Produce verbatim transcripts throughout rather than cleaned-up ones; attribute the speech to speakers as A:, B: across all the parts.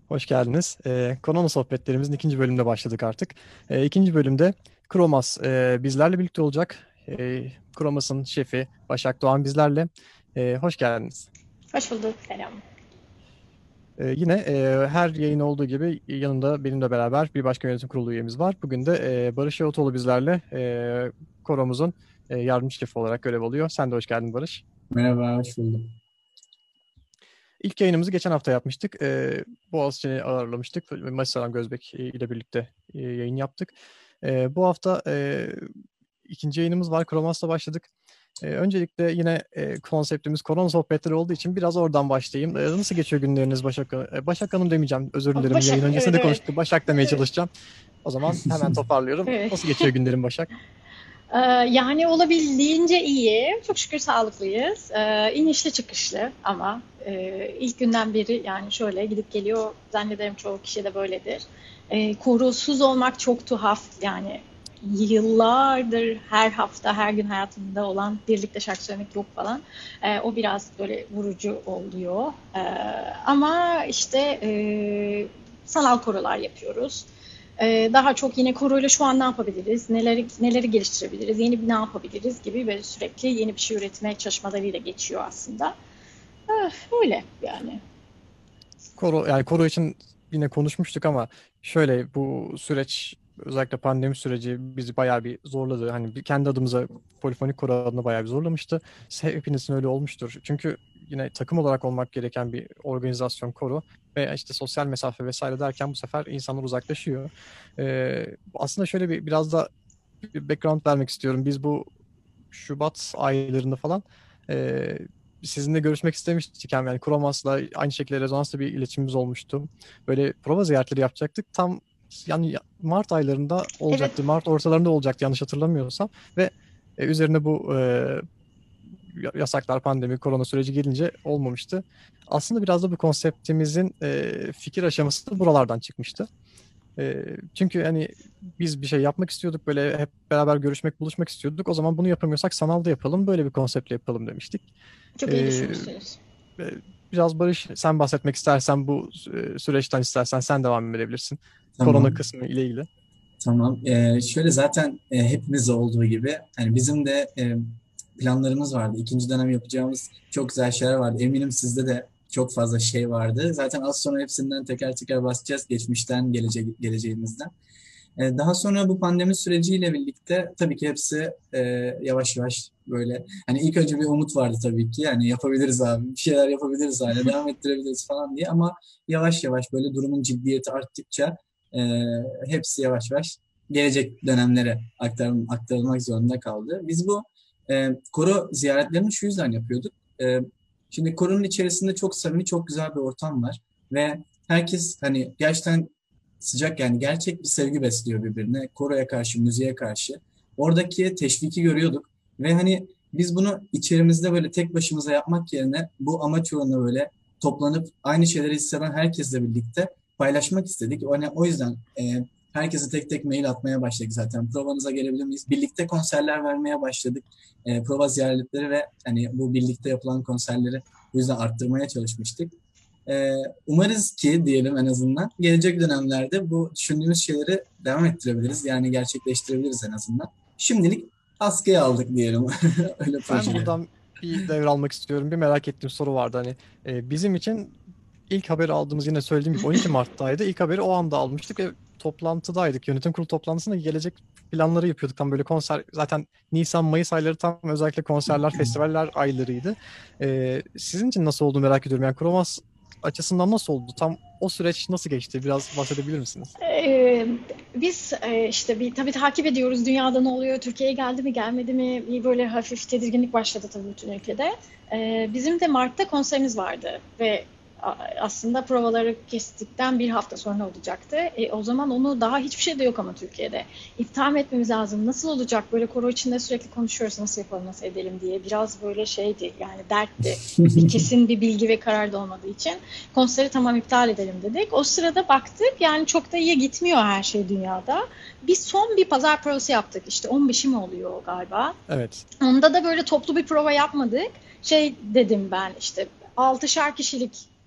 A: Hoş geldiniz. Ee, Korona sohbetlerimizin ikinci bölümünde başladık artık. Ee, ikinci bölümde Kromas e, bizlerle birlikte olacak. Ee, Kromas'ın şefi Başak Doğan bizlerle. Ee, hoş geldiniz.
B: Hoş bulduk. Selam.
A: Ee, yine e, her yayın olduğu gibi yanımda benimle beraber bir başka yönetim kurulu üyemiz var. Bugün de e, Barış Yavutoğlu bizlerle e, Koromuzun e, yardımcı şefi olarak görev alıyor. Sen de hoş geldin Barış.
C: Merhaba, hoş buldum.
A: İlk yayınımızı geçen hafta yapmıştık. Ee, Boğaziçi'ni ağırlamıştık. Masalan Gözbek ile birlikte e, yayın yaptık. Ee, bu hafta e, ikinci yayınımız var. Kromas'la başladık. Ee, öncelikle yine e, konseptimiz korona sohbetleri olduğu için biraz oradan başlayayım. Ee, nasıl geçiyor günleriniz Başak Hanım? Ee, Başak Hanım demeyeceğim. Özür dilerim.
B: Başak,
A: Yayın
B: evet
A: öncesinde
B: evet.
A: konuştuk. Başak demeye çalışacağım. O zaman hemen toparlıyorum.
B: Evet.
A: Nasıl geçiyor günlerin Başak?
B: Ee, yani olabildiğince iyi. Çok şükür sağlıklıyız. Ee, inişli çıkışlı ama e, ilk günden beri yani şöyle gidip geliyor. Zannederim çoğu kişi de böyledir. Ee, korusuz olmak çok tuhaf. Yani yıllardır her hafta her gün hayatımda olan birlikte şarkı söylemek yok falan. Ee, o biraz böyle vurucu oluyor. Ee, ama işte e, sanal korolar yapıyoruz. Ee, daha çok yine koruyla şu an ne yapabiliriz, neleri neleri geliştirebiliriz, yeni bir ne yapabiliriz gibi ve sürekli yeni bir şey üretme çalışmalarıyla geçiyor aslında. Ah, öyle yani.
A: Koro, yani koro için yine konuşmuştuk ama şöyle bu süreç özellikle pandemi süreci bizi bayağı bir zorladı. Hani bir kendi adımıza polifonik koro adına bayağı bir zorlamıştı. Hepinizin öyle olmuştur. Çünkü yine takım olarak olmak gereken bir organizasyon koro ve işte sosyal mesafe vesaire derken bu sefer insanlar uzaklaşıyor. Ee, aslında şöyle bir biraz da bir background vermek istiyorum. Biz bu Şubat aylarında falan e, sizinle görüşmek istemiştik. Hem yani Kromas'la aynı şekilde Rezonans'la bir iletişimimiz olmuştu. Böyle prova ziyaretleri yapacaktık. Tam yani Mart aylarında
B: Evet,
A: olacaktı. Mart ortalarında olacaktı yanlış hatırlamıyorsam. Ve e, üzerine bu e, yasaklar, pandemi, korona süreci gelince olmamıştı. Aslında biraz da bu konseptimizin e, fikir aşaması da buralardan çıkmıştı. E, çünkü hani biz bir şey yapmak istiyorduk, böyle hep beraber görüşmek, buluşmak istiyorduk. O zaman bunu yapamıyorsak sanalda yapalım, böyle bir konseptle yapalım demiştik.
B: çok iyi
A: E,
B: düşünmüşsünüz.
A: e, Biraz Barış sen bahsetmek istersen bu e, süreçten istersen sen devam edebilirsin. Korona
C: Tamam,
A: kısmı ile ilgili.
C: tamam. Ee, şöyle zaten e, hepimizde olduğu gibi, hani bizim de e, planlarımız vardı. İkinci dönem yapacağımız çok güzel şeyler vardı. Eminim sizde de çok fazla şey vardı. Zaten az sonra hepsinden teker teker bahsedeceğiz. Geçmişten, gelecek, geleceğimizden. E, daha sonra bu pandemi süreciyle birlikte tabii ki hepsi e, yavaş yavaş böyle, hani ilk önce bir umut vardı tabii ki, yani yapabiliriz abi, bir şeyler yapabiliriz, hala devam ettirebiliriz falan diye, ama yavaş yavaş böyle durumun ciddiyeti arttıkça e, hepsi yavaş yavaş gelecek dönemlere aktarım, aktarılmak zorunda kaldı. Biz bu e, koro ziyaretlerini şu yüzden yapıyorduk. E, Şimdi koronun içerisinde çok samimi, çok güzel bir ortam var ve herkes hani gerçekten sıcak, yani gerçek bir sevgi besliyor birbirine. Koro'ya karşı, müziğe karşı. Oradaki teşviki görüyorduk. Ve hani biz bunu içerimizde böyle tek başımıza yapmak yerine bu amaç uğruna böyle toplanıp aynı şeyleri hisseden herkesle birlikte paylaşmak istedik. Hani o yüzden e, herkese tek tek mail atmaya başladık zaten. Provanıza gelebilir miyiz? Birlikte konserler vermeye başladık. E, prova ziyaretleri ve hani bu birlikte yapılan konserleri bu yüzden arttırmaya çalışmıştık. Ee, Umarız ki diyelim, en azından gelecek dönemlerde bu düşündüğümüz şeyleri devam ettirebiliriz. Yani gerçekleştirebiliriz en azından. Şimdilik askıya aldık diyelim öyle
A: Ben
C: projeleri.
A: buradan bir devralmak istiyorum. Bir merak ettiğim soru vardı. Hani e, bizim için ilk haberi aldığımız yine söylediğim gibi on iki Mart'taydı. İlk haberi o anda almıştık ve toplantıdaydık. Yönetim kurulu toplantısında gelecek planları yapıyorduk. Tam böyle konser zaten Nisan Mayıs ayları tam özellikle konserler, festivaller aylarıydı. E, sizin için nasıl oldu merak ediyorum. Yani Kronos açısından nasıl oldu? Tam o süreç nasıl geçti? Biraz bahsedebilir misiniz?
B: Ee, biz e, işte bir tabii takip ediyoruz dünyada ne oluyor, Türkiye'ye geldi mi gelmedi mi, bir böyle hafif tedirginlik başladı tabii bütün ülkede. Ee, bizim de Mart'ta konserimiz vardı ve aslında provaları kestikten bir hafta sonra olacaktı. E, o zaman onu daha hiçbir şey de yok ama Türkiye'de. İptal mi etmemiz lazım? Nasıl olacak? Böyle koro içinde sürekli konuşuyoruz nasıl yapalım, nasıl edelim diye. Biraz böyle şeydi yani dertti. Bir kesin bir bilgi ve karar da olmadığı için konseri tamam iptal edelim dedik. O sırada baktık yani çok da iyi gitmiyor her şey dünyada. Biz son bir pazar provası yaptık. İşte on beşi mi oluyor galiba.
A: Evet.
B: Onda da böyle toplu bir prova yapmadık. Şey dedim ben işte altışar kişilik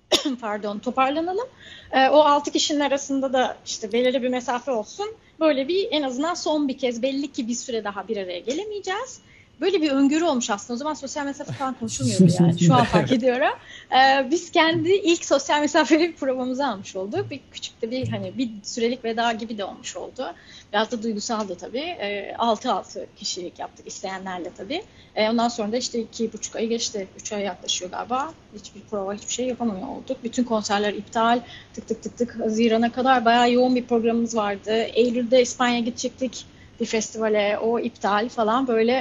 B: pardon, toparlanalım. E, o altı kişinin arasında da işte belirli bir mesafe olsun. Böyle bir en azından son bir kez belli ki bir süre daha bir araya gelemeyeceğiz. Böyle bir öngörü olmuş aslında. O zaman sosyal mesafe falan konuşulmuyordu yani. Şu an fark ediyorum. Ee, biz kendi ilk sosyal mesafeli bir provamızı almış olduk. Bir küçük de bir hani bir sürelik veda gibi de olmuş oldu. Biraz da duygusaldı tabii. Ee, altı altı kişilik yaptık isteyenlerle tabii. Ee, ondan sonra da işte iki buçuk ay geçti. Üç ay yaklaşıyor galiba. Hiçbir prova, hiçbir şey yapamıyor olduk. Bütün konserler iptal. Tık tık tık tık. Haziran'a kadar bayağı yoğun bir programımız vardı. Eylül'de İspanya'ya gidecektik bir festivale. O iptal falan böyle.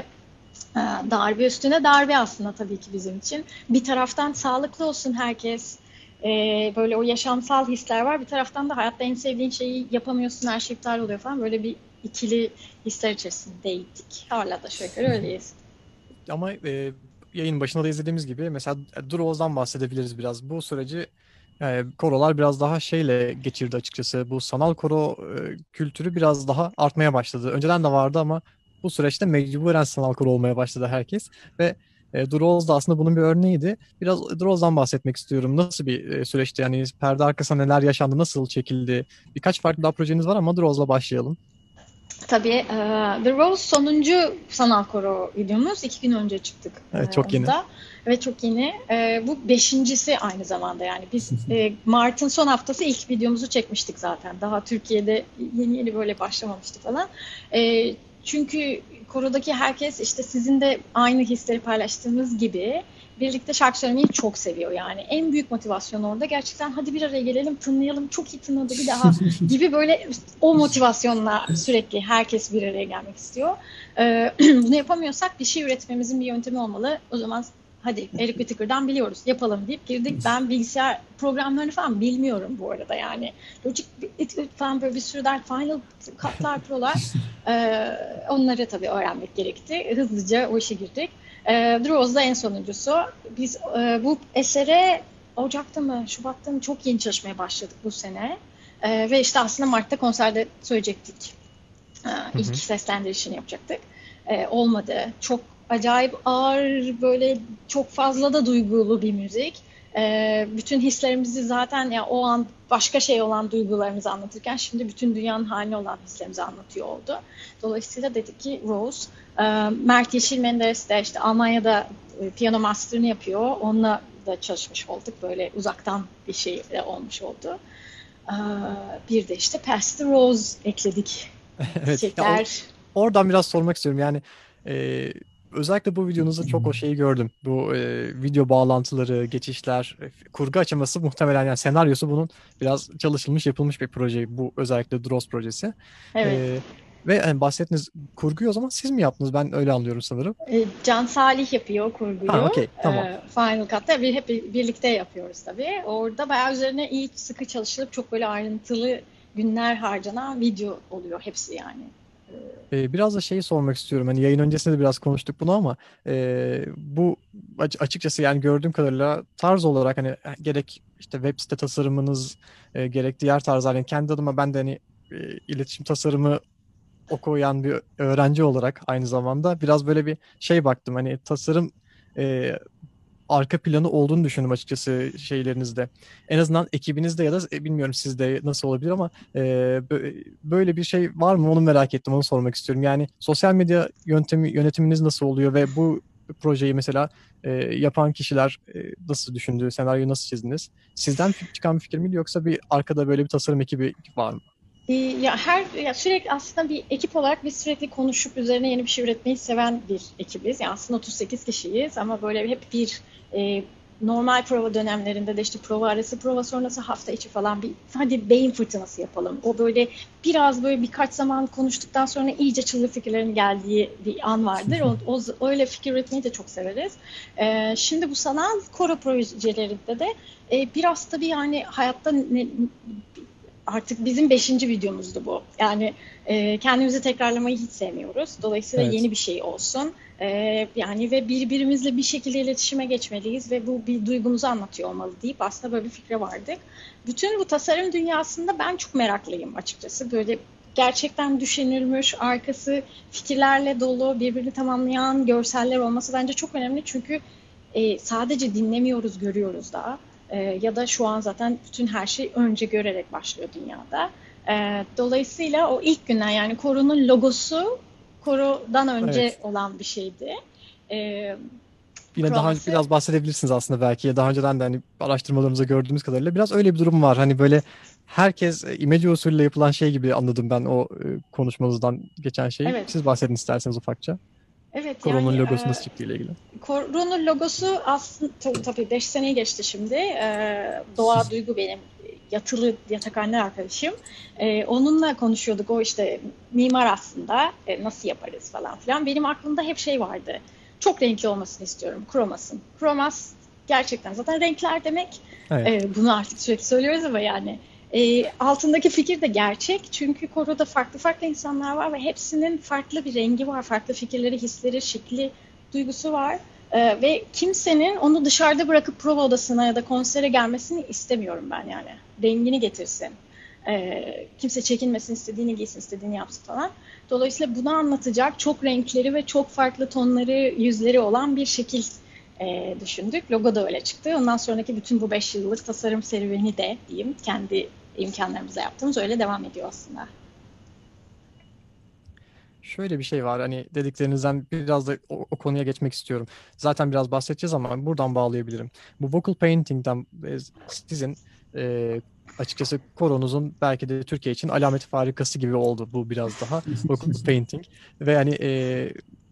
B: Darbe üstüne darbe aslında tabii ki bizim için. Bir taraftan sağlıklı olsun herkes. Ee, böyle o yaşamsal hisler var. Bir taraftan da hayatta en sevdiğin şeyi yapamıyorsun, her şey iptal oluyor falan. Böyle bir ikili hisler içerisindeydik. Hala da şöyle öyleyiz.
A: Ama e, yayın başında da izlediğimiz gibi mesela Droz'dan bahsedebiliriz biraz. Bu süreci e, korolar biraz daha şeyle geçirdi açıkçası. Bu sanal koro e, kültürü biraz daha artmaya başladı. Önceden de vardı ama bu süreçte mecburen sanal koro olmaya başladı herkes. Ve e, Droz da aslında bunun bir örneğiydi. Biraz Droz'dan bahsetmek istiyorum. Nasıl bir e, süreçti? Yani perde arkasında neler yaşandı, nasıl çekildi? Birkaç farklı daha projeniz var ama Droz'la başlayalım.
B: Tabii e, The Rose sonuncu sanal koro videomuz. İki gün önce çıktık
A: Evet,
B: e,
A: çok yeni.
B: onda. Ve çok yeni. E, bu beşincisi aynı zamanda yani. Biz e, Mart'ın son haftası ilk videomuzu çekmiştik zaten. Daha Türkiye'de yeni yeni böyle başlamamıştı falan. E, çünkü korodaki herkes işte sizin de aynı hisleri paylaştığımız gibi birlikte şarkı söylemeyi çok seviyor yani. En büyük motivasyon orada gerçekten hadi bir araya gelelim, tınlayalım, çok iyi tınladı bir daha gibi böyle o motivasyonla sürekli herkes bir araya gelmek istiyor. Ee, bunu yapamıyorsak bir şey üretmemizin bir yöntemi olmalı. O zaman hadi Eric Whittaker'dan biliyoruz, yapalım deyip girdik. Ben bilgisayar programlarını falan bilmiyorum bu arada yani. Logic falan böyle bir sürü ders, Final Cut'lar, Pro'lar. Ee, onları tabii öğrenmek gerekti. Hızlıca o işe girdik. E, Droz da en sonuncusu. Biz e, bu esere Ocak'ta mı, Şubat'ta mı çok yeni çalışmaya başladık bu sene. E, ve işte aslında Mart'ta konserde söyleyecektik. E,
A: Hı
B: ilk
A: hı.
B: seslendirişini yapacaktık. E, olmadı. Çok acayip ağır, böyle çok fazla da duygulu bir müzik. E, bütün hislerimizi zaten ya o an başka şey olan duygularımızı anlatırken şimdi bütün dünyanın haline olan hislerimizi anlatıyor oldu. Dolayısıyla dedik ki Rose, e, Mert Yeşil Menderes de işte Almanya'da e, piyano master'ını yapıyor. Onunla da çalışmış olduk. Böyle uzaktan bir şey de olmuş oldu. E, bir de işte Pass the Rose ekledik.
A: Evet. Ya o,
B: Çiçekler.
A: oradan biraz sormak istiyorum. Yani e, özellikle bu videonuzda çok o şeyi gördüm. Bu e, video bağlantıları, geçişler, e, kurgu aşaması muhtemelen yani senaryosu bunun biraz çalışılmış, yapılmış bir proje. Bu özellikle Dross projesi.
B: Evet.
A: E, ve yani bahsettiğiniz kurguyu o zaman siz mi yaptınız? Ben öyle anlıyorum sanırım.
B: E, Can Salih yapıyor
A: Ha,
B: kurguyu.
A: okey, tamam.
B: E, Final Cut'ta bir, hep birlikte yapıyoruz tabii. Orada bayağı üzerine iyi sıkı çalışılıp çok böyle ayrıntılı günler harcanan video oluyor hepsi yani.
A: Ee, biraz da şeyi sormak istiyorum. Hani yayın öncesinde de biraz konuştuk bunu ama e, bu aç- açıkçası yani gördüğüm kadarıyla tarz olarak hani gerek işte web site tasarımınız e, gerek diğer tarzlar yani kendi adıma ben de hani e, iletişim tasarımı okuyan bir öğrenci olarak aynı zamanda biraz böyle bir şey baktım. Hani tasarım e, arka planı olduğunu düşündüm açıkçası şeylerinizde. En azından ekibinizde ya da e, bilmiyorum sizde nasıl olabilir ama e, bö- böyle bir şey var mı onu merak ettim. Onu sormak istiyorum. Yani sosyal medya yöntemi yönetiminiz nasıl oluyor ve bu projeyi mesela e, yapan kişiler e, nasıl düşündü, senaryoyu nasıl çizdiniz? Sizden fi- çıkan bir fikir miydi yoksa bir arkada böyle bir tasarım ekibi var mı?
B: E, ya her ya sürekli aslında bir ekip olarak biz sürekli konuşup üzerine yeni bir şey üretmeyi seven bir ekibiz. Yani aslında otuz sekiz kişiyiz ama böyle hep bir e, normal prova dönemlerinde de işte prova arası, prova sonrası, hafta içi falan bir hadi beyin fırtınası yapalım. O böyle biraz böyle birkaç zaman konuştuktan sonra iyice çılgın fikirlerin geldiği bir an vardır. O, o öyle fikir üretmeyi de çok severiz. E, şimdi bu sanal koro projelerinde de e, biraz tabii yani hayatta ne, artık bizim beşinci videomuzdu bu. Yani e, kendimizi tekrarlamayı hiç sevmiyoruz. Dolayısıyla
A: Evet.
B: yeni bir şey olsun. E, yani ve birbirimizle bir şekilde iletişime geçmeliyiz ve bu bir duygumuzu anlatıyor olmalı deyip aslında böyle bir fikre vardık. Bütün bu tasarım dünyasında ben çok meraklıyım açıkçası. Böyle gerçekten düşünülmüş, arkası fikirlerle dolu, birbirini tamamlayan görseller olması bence çok önemli. Çünkü e, sadece dinlemiyoruz, görüyoruz da. E, ya da şu an zaten bütün her şey önce görerek başlıyor dünyada. E, dolayısıyla o ilk günden, yani Koro'nun logosu Koro'dan önce
A: Evet.
B: olan bir şeydi. E,
A: Yine daha önce
B: Kroması
A: biraz bahsedebilirsiniz aslında belki. Daha önceden de hani araştırmalarımızda gördüğümüz kadarıyla biraz öyle bir durum var. Hani böyle herkes e, imece usulüyle yapılan şey gibi anladım ben o e, konuşmanızdan geçen şeyi.
B: evet.
A: Siz bahsedin isterseniz ufakça.
B: Evet yani
A: Koronun logosu
B: e,
A: nasıl çıktığı ile ilgili.
B: Koronun logosu aslında tabii tabii beş seneyi geçti şimdi. Ee, Doğa Duygu benim yatılı yatakhane arkadaşım. Ee, onunla konuşuyorduk. O işte mimar aslında. E, nasıl yaparız falan filan. Benim aklımda hep şey vardı. Çok renkli olmasını istiyorum. Kromasın. Kromas gerçekten zaten renkler demek.
A: Evet.
B: Ee, bunu artık sürekli söylüyoruz ama yani e, altındaki fikir de gerçek. Çünkü koroda farklı farklı insanlar var ve hepsinin farklı bir rengi var. Farklı fikirleri, hisleri, şekli, duygusu var. Ee, ve kimsenin onu dışarıda bırakıp prova odasına ya da konsere gelmesini istemiyorum ben yani. Rengini getirsin. Ee, kimse çekinmesin, istediğini giysin, istediğini yapsın falan. Dolayısıyla bunu anlatacak çok renkleri ve çok farklı tonları, yüzleri olan bir şekil e, düşündük. Logo da öyle çıktı. Ondan sonraki bütün bu beş yıllık tasarım serüveni de diyeyim kendi imkanlarımızla yaptığımız öyle devam ediyor aslında.
A: Şöyle bir şey var hani dediklerinizden biraz da o, o konuya geçmek istiyorum. Zaten biraz bahsedeceğiz ama buradan bağlayabilirim. Bu vocal painting'den e, sizin e, açıkçası koronuzun belki de Türkiye için alameti farikası gibi oldu bu biraz daha vocal painting ve hani e,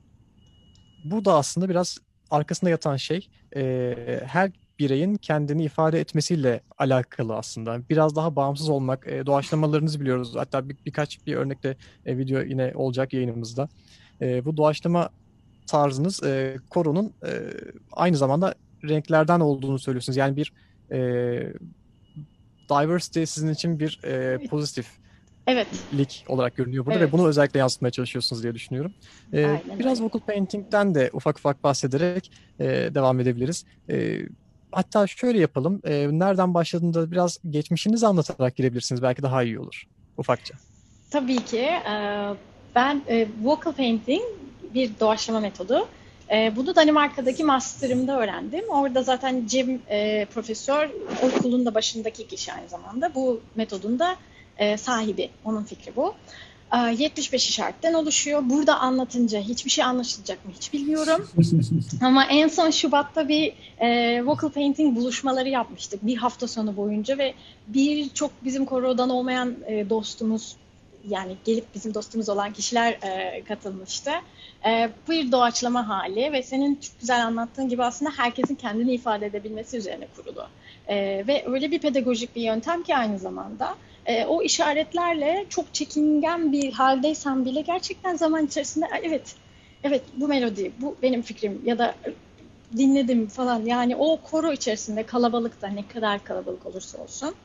A: bu da aslında biraz arkasında yatan şey e, her bireyin kendini ifade etmesiyle alakalı aslında. Biraz daha bağımsız olmak, e, doğaçlamalarınızı biliyoruz. Hatta bir, birkaç bir örnekte e, video yine olacak yayınımızda. E, bu doğaçlama tarzınız e, Koro'nun e, aynı zamanda renklerden olduğunu söylüyorsunuz. Yani bir e, diversity sizin için bir e, pozitif
B: Evet,
A: lik olarak görünüyor burada ve bunu
B: evet.
A: özellikle yansıtmaya çalışıyorsunuz diye düşünüyorum. Ee,
B: Aynen
A: biraz
B: öyle.
A: vocal painting'den de ufak ufak bahsederek e, devam edebiliriz. E, hatta şöyle yapalım. E, nereden başladığında biraz geçmişinizi anlatarak girebilirsiniz. Belki daha iyi olur. Ufakça.
B: Tabii ki. Ee, Ben e, vocal painting bir doğaçlama metodu. E, bunu Danimarka'daki master'ımda öğrendim. Orada zaten Jim e, profesör okulun da başındaki kişi aynı zamanda. Bu metodun da e, sahibi. Onun fikri bu. E, yetmiş beş işaretten oluşuyor. Burada anlatınca hiçbir şey anlaşılacak mı hiç bilmiyorum. Ama en son Şubat'ta bir e, vocal painting buluşmaları yapmıştık bir hafta sonu boyunca ve birçok bizim korodan olmayan e, dostumuz, yani gelip bizim dostumuz olan kişiler e, katılmıştı. E, bir doğaçlama hali ve senin çok güzel anlattığın gibi aslında herkesin kendini ifade edebilmesi üzerine kurulu. E, ve öyle bir pedagojik bir yöntem ki aynı zamanda e, o işaretlerle çok çekingen bir haldeysen bile gerçekten zaman içerisinde evet, evet bu melodi, bu benim fikrim ya da dinledim falan, yani o koro içerisinde kalabalıkta ne kadar kalabalık olursa olsun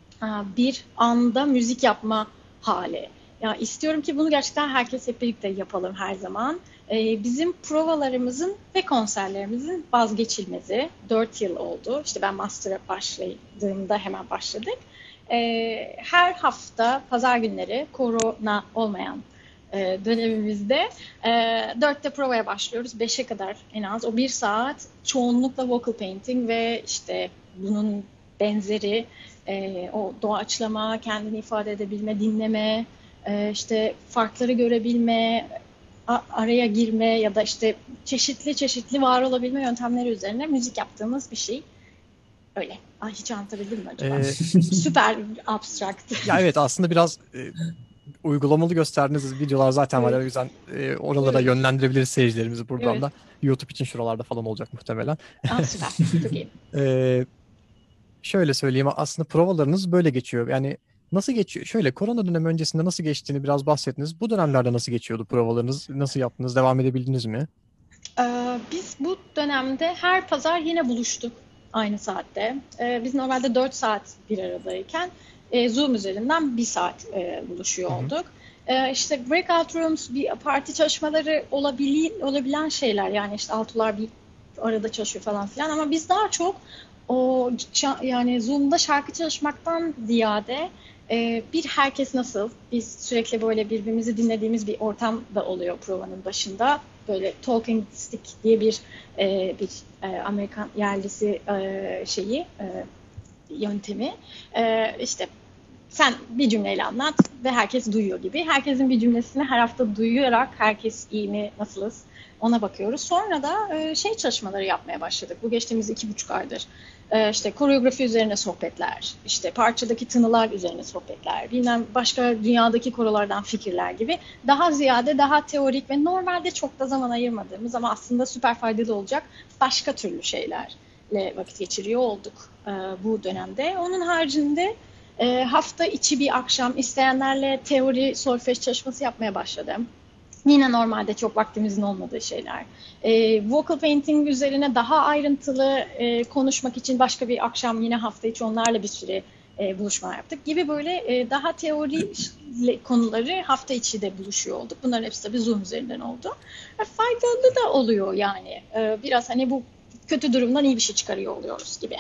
B: bir anda müzik yapma hali. Ya istiyorum ki bunu gerçekten herkes hep birlikte yapalım her zaman. Ee, bizim provalarımızın ve konserlerimizin vazgeçilmezi. Dört yıl oldu. İşte ben master'a başladığımda hemen başladık. Ee, her hafta pazar günleri korona olmayan e, dönemimizde e, dörtte provaya başlıyoruz. Beşe kadar en az. O bir saat çoğunlukla vocal painting ve işte bunun benzeri e, o doğaçlama, kendini ifade edebilme, dinleme, e, işte farkları görebilme, a- araya girme ya da işte çeşitli çeşitli var olabilme yöntemleri üzerine müzik yaptığımız bir şey. Öyle. Ay hiç anlatabildim mi acaba?
A: E,
B: Süper abstrakt.
A: ya evet aslında biraz e, uygulamalı gösterdiğiniz videolar zaten var.
B: Evet.
A: O yüzden e, oralara
B: Evet.
A: yönlendirebiliriz seyircilerimizi buradan
B: Evet.
A: da. YouTube için şuralarda falan olacak muhtemelen.
B: Ah süper. Çok iyi.
A: E, Şöyle söyleyeyim aslında provalarınız böyle geçiyor. Yani nasıl geçiyor? Şöyle korona dönemi öncesinde nasıl geçtiğini biraz bahsettiniz. Bu dönemlerde nasıl geçiyordu provalarınız? Nasıl yaptınız? Devam edebildiniz mi?
B: Ee, biz bu dönemde her pazar yine buluştuk aynı saatte. Ee, biz normalde dört saat bir aradayken e, Zoom üzerinden bir saat e, buluşuyor
A: Hı hı.
B: olduk. Ee, işte breakout rooms, bir parti çalışmaları olabili, olabilen şeyler, yani işte altılar bir arada çalışıyor falan filan, ama biz daha çok o yani Zoom'da şarkı çalışmaktan ziyade e, bir herkes nasıl, biz sürekli böyle birbirimizi dinlediğimiz bir ortam da oluyor provanın başında. Böyle Talking Stick diye bir e, bir e, Amerikan yerlisi e, şeyi e, yöntemi. E, işte sen bir cümleyle anlat ve herkes duyuyor gibi. Herkesin bir cümlesini her hafta duyarak herkes iyi mi, nasılız ona bakıyoruz. Sonra da e, şey çalışmaları yapmaya başladık. Bu geçtiğimiz iki buçuk aydır. E, işte koreografi üzerine sohbetler, işte parçadaki tınılar üzerine sohbetler, bilmem başka dünyadaki korolardan fikirler gibi daha ziyade daha teorik ve normalde çok da zaman ayırmadığımız ama aslında süper faydalı olacak başka türlü şeylerle vakit geçiriyor olduk e, bu dönemde. Onun haricinde e, hafta içi bir akşam isteyenlerle teori solfej çalışması yapmaya başladım. Yine normalde çok vaktimizin olmadığı şeyler. E, vocal painting üzerine daha ayrıntılı e, konuşmak için başka bir akşam yine hafta içi onlarla bir süre e, buluşma yaptık gibi böyle e, daha teori konuları hafta içi de buluşuyor olduk. Bunların hepsi tabii Zoom üzerinden oldu. E, faydalı da oluyor yani. E, biraz hani bu kötü durumdan iyi bir şey çıkarıyor oluyoruz gibi.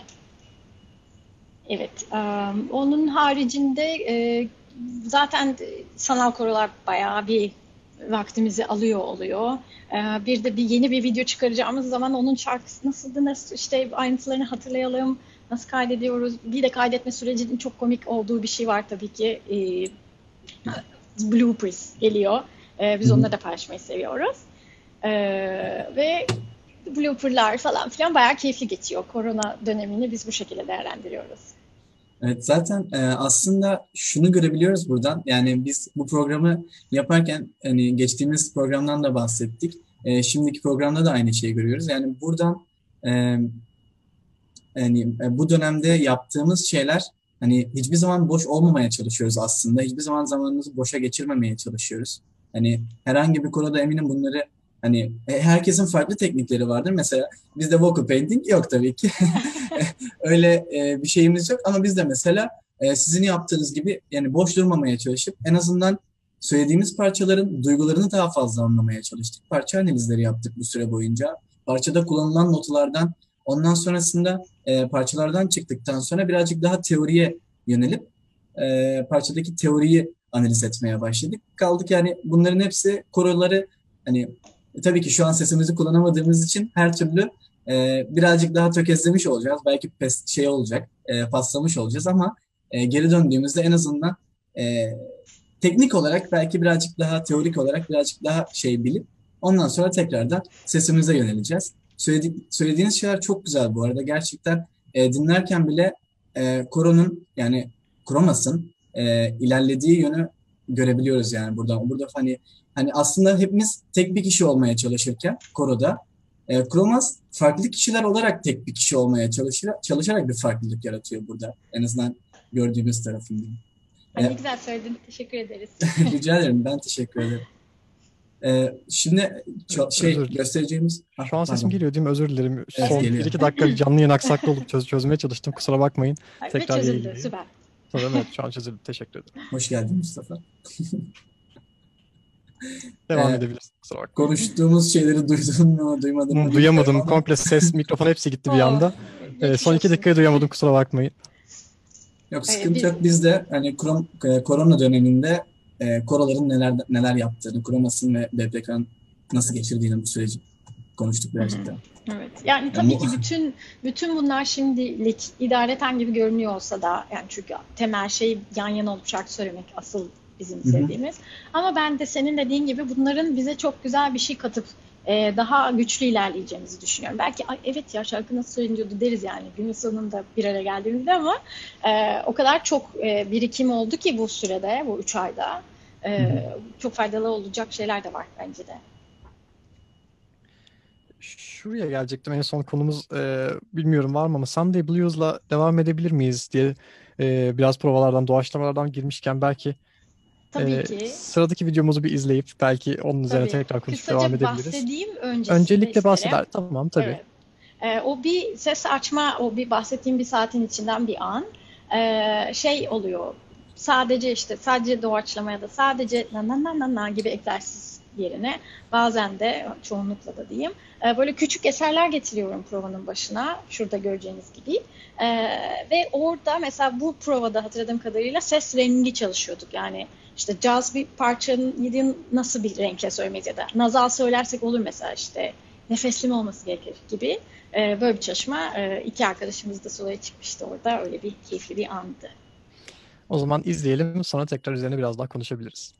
B: Evet. E, onun haricinde e, zaten sanal korolar bayağı bir vaktimizi alıyor oluyor. Ee, bir de bir yeni bir video çıkaracağımız zaman onun şarkısı nasıldı, nasıl işte ayrıntılarını hatırlayalım, nasıl kaydediyoruz. Bir de kaydetme sürecinin çok komik olduğu bir şey var tabii ki. Ee, bloopers geliyor. Ee, biz onları da paylaşmayı seviyoruz. Ee, ve blooperlar falan filan bayağı keyifli geçiyor. Korona dönemini biz bu şekilde değerlendiriyoruz.
C: Evet, zaten e, aslında şunu görebiliyoruz buradan. Yani biz bu programı yaparken hani geçtiğimiz programdan da bahsettik. E, şimdiki programda da aynı şeyi görüyoruz. Yani buradan e, yani e, bu dönemde yaptığımız şeyler hani hiçbir zaman boş olmamaya çalışıyoruz aslında. Hiçbir zaman zamanımızı boşa geçirmemeye çalışıyoruz. Hani herhangi bir konuda eminim bunları hani e, herkesin farklı teknikleri vardır. Mesela bizde vocal painting yok tabii ki. Öyle e, bir şeyimiz yok ama biz de mesela e, sizin yaptığınız gibi yani boş durmamaya çalışıp en azından söylediğimiz parçaların duygularını daha fazla anlamaya çalıştık. Parça analizleri yaptık bu süre boyunca. Parçada kullanılan notalardan ondan sonrasında e, parçalardan çıktıktan sonra birazcık daha teoriye yönelip e, parçadaki teoriyi analiz etmeye başladık. Kaldık yani bunların hepsi koroları hani e, tabii ki şu an sesimizi kullanamadığımız için her türlü e, birazcık daha tökezlemiş olacağız. Belki pes, şey olacak, e, paslamış olacağız ama e, geri döndüğümüzde en azından e, teknik olarak belki birazcık daha teorik olarak birazcık daha şey bilip ondan sonra tekrardan sesimize yöneleceğiz. Söyledik, söylediğiniz şeyler çok güzel bu arada. Gerçekten e, dinlerken bile e, koronun yani Kromas'ın e, ilerlediği yönü görebiliyoruz yani burada. Burada hani hani aslında hepimiz tek bir kişi olmaya çalışırken koroda e, Kromas farklı kişiler olarak tek bir kişi olmaya çalışır, çalışarak bir farklılık yaratıyor burada. En azından gördüğümüz tarafından.
B: Ay,
C: E,
B: ne güzel söyledin. Teşekkür ederiz.
C: rica ederim. Ben teşekkür ederim. E, şimdi ço- şey
A: Özür dilerim.
C: göstereceğimiz... Ah,
A: Şu an sesim
C: pardon.
A: geliyor değil mi? Özür dilerim.
C: Evet,
A: Son
C: geliyor.
A: bir iki dakika canlı yayın aksaklı olup çöz çözmeye çalıştım. Kusura bakmayın.
B: Ay, ve
A: Tekrar
B: çözüldü.
A: yayınlayayım.
B: Süper.
A: Sanırım evet şu an çözüldü. Teşekkür ederim.
C: Hoş geldin Mustafa.
A: Devam
C: E,
A: edebilirsin. Kusura bakmayın.
C: konuştuğumuz şeyleri duydun mu, duymadın mı
A: Hmm,
C: bilmiyorum
A: Duyamadım.
C: ama
A: Komple ses, mikrofon hepsi gitti bir
B: Oh,
A: anda. Ee,
B: geçmiş
A: son iki
B: olsun.
A: dakikayı duyamadım. Kusura bakmayın.
C: yok
B: Ee,
C: sıkıntı
B: biz,
C: yok. Biz de hani krom, e, korona döneminde e, koroların neler neler yaptığını, Kromas'ın ve B P K'nın nasıl geçirdiğini bu süreci konuştuk
B: Hı hı.
C: birazcık da.
B: Evet. Yani
C: Yani
B: tabii
C: bu
B: ki bütün bütün bunlar şimdilik idareten gibi görünüyor olsa da yani çünkü temel şey yan yana olup şarkı söylemek asıl bizim
C: Hı hı.
B: sevdiğimiz. Ama ben de senin dediğin gibi bunların bize çok güzel bir şey katıp e, daha güçlü ilerleyeceğimizi düşünüyorum. Belki "Ay, evet ya şarkı nasıl söyleniyordu" deriz yani günün sonunda bir araya geldiğimizde ama e, o kadar çok e, birikim oldu ki bu sürede, bu üç ayda.
C: Hı hı.
B: E, çok faydalı olacak şeyler de var bence de.
A: Şuraya gelecektim en son konumuz e, bilmiyorum var mı ama Sunday Blues'la devam edebilir miyiz diye e, biraz provalardan doğaçlamalardan girmişken belki
B: Tabii
A: e,
B: ki.
A: sıradaki videomuzu bir izleyip belki onun üzerine
B: Tabii.
A: tekrar konuşup devam
B: Kısaca
A: edebiliriz.
B: bahsedeyim öncesinde
A: Öncelikle
B: isterim.
A: bahseder. Tamam tabii.
B: Evet. Ee, o bir ses açma, o bir bahsettiğim bir saatin içinden bir an. Ee, şey oluyor. Sadece işte sadece doğaçlama ya da sadece na na na na na gibi egzersiz yerine bazen de çoğunlukla da diyeyim e, böyle küçük eserler getiriyorum provanın başına. Şurada göreceğiniz gibi. Ee, ve orada mesela bu provada hatırladığım kadarıyla ses rengi çalışıyorduk. Yani işte caz bir parçanın nasıl bir renkle söylemeyiz ya da nazal söylersek olur mesela işte nefesli mi olması gerekir gibi e, böyle bir çalışma. E, iki arkadaşımız da solaya çıkmıştı orada. Öyle bir keyifli bir andı.
A: O zaman izleyelim, sonra tekrar üzerine biraz daha konuşabiliriz.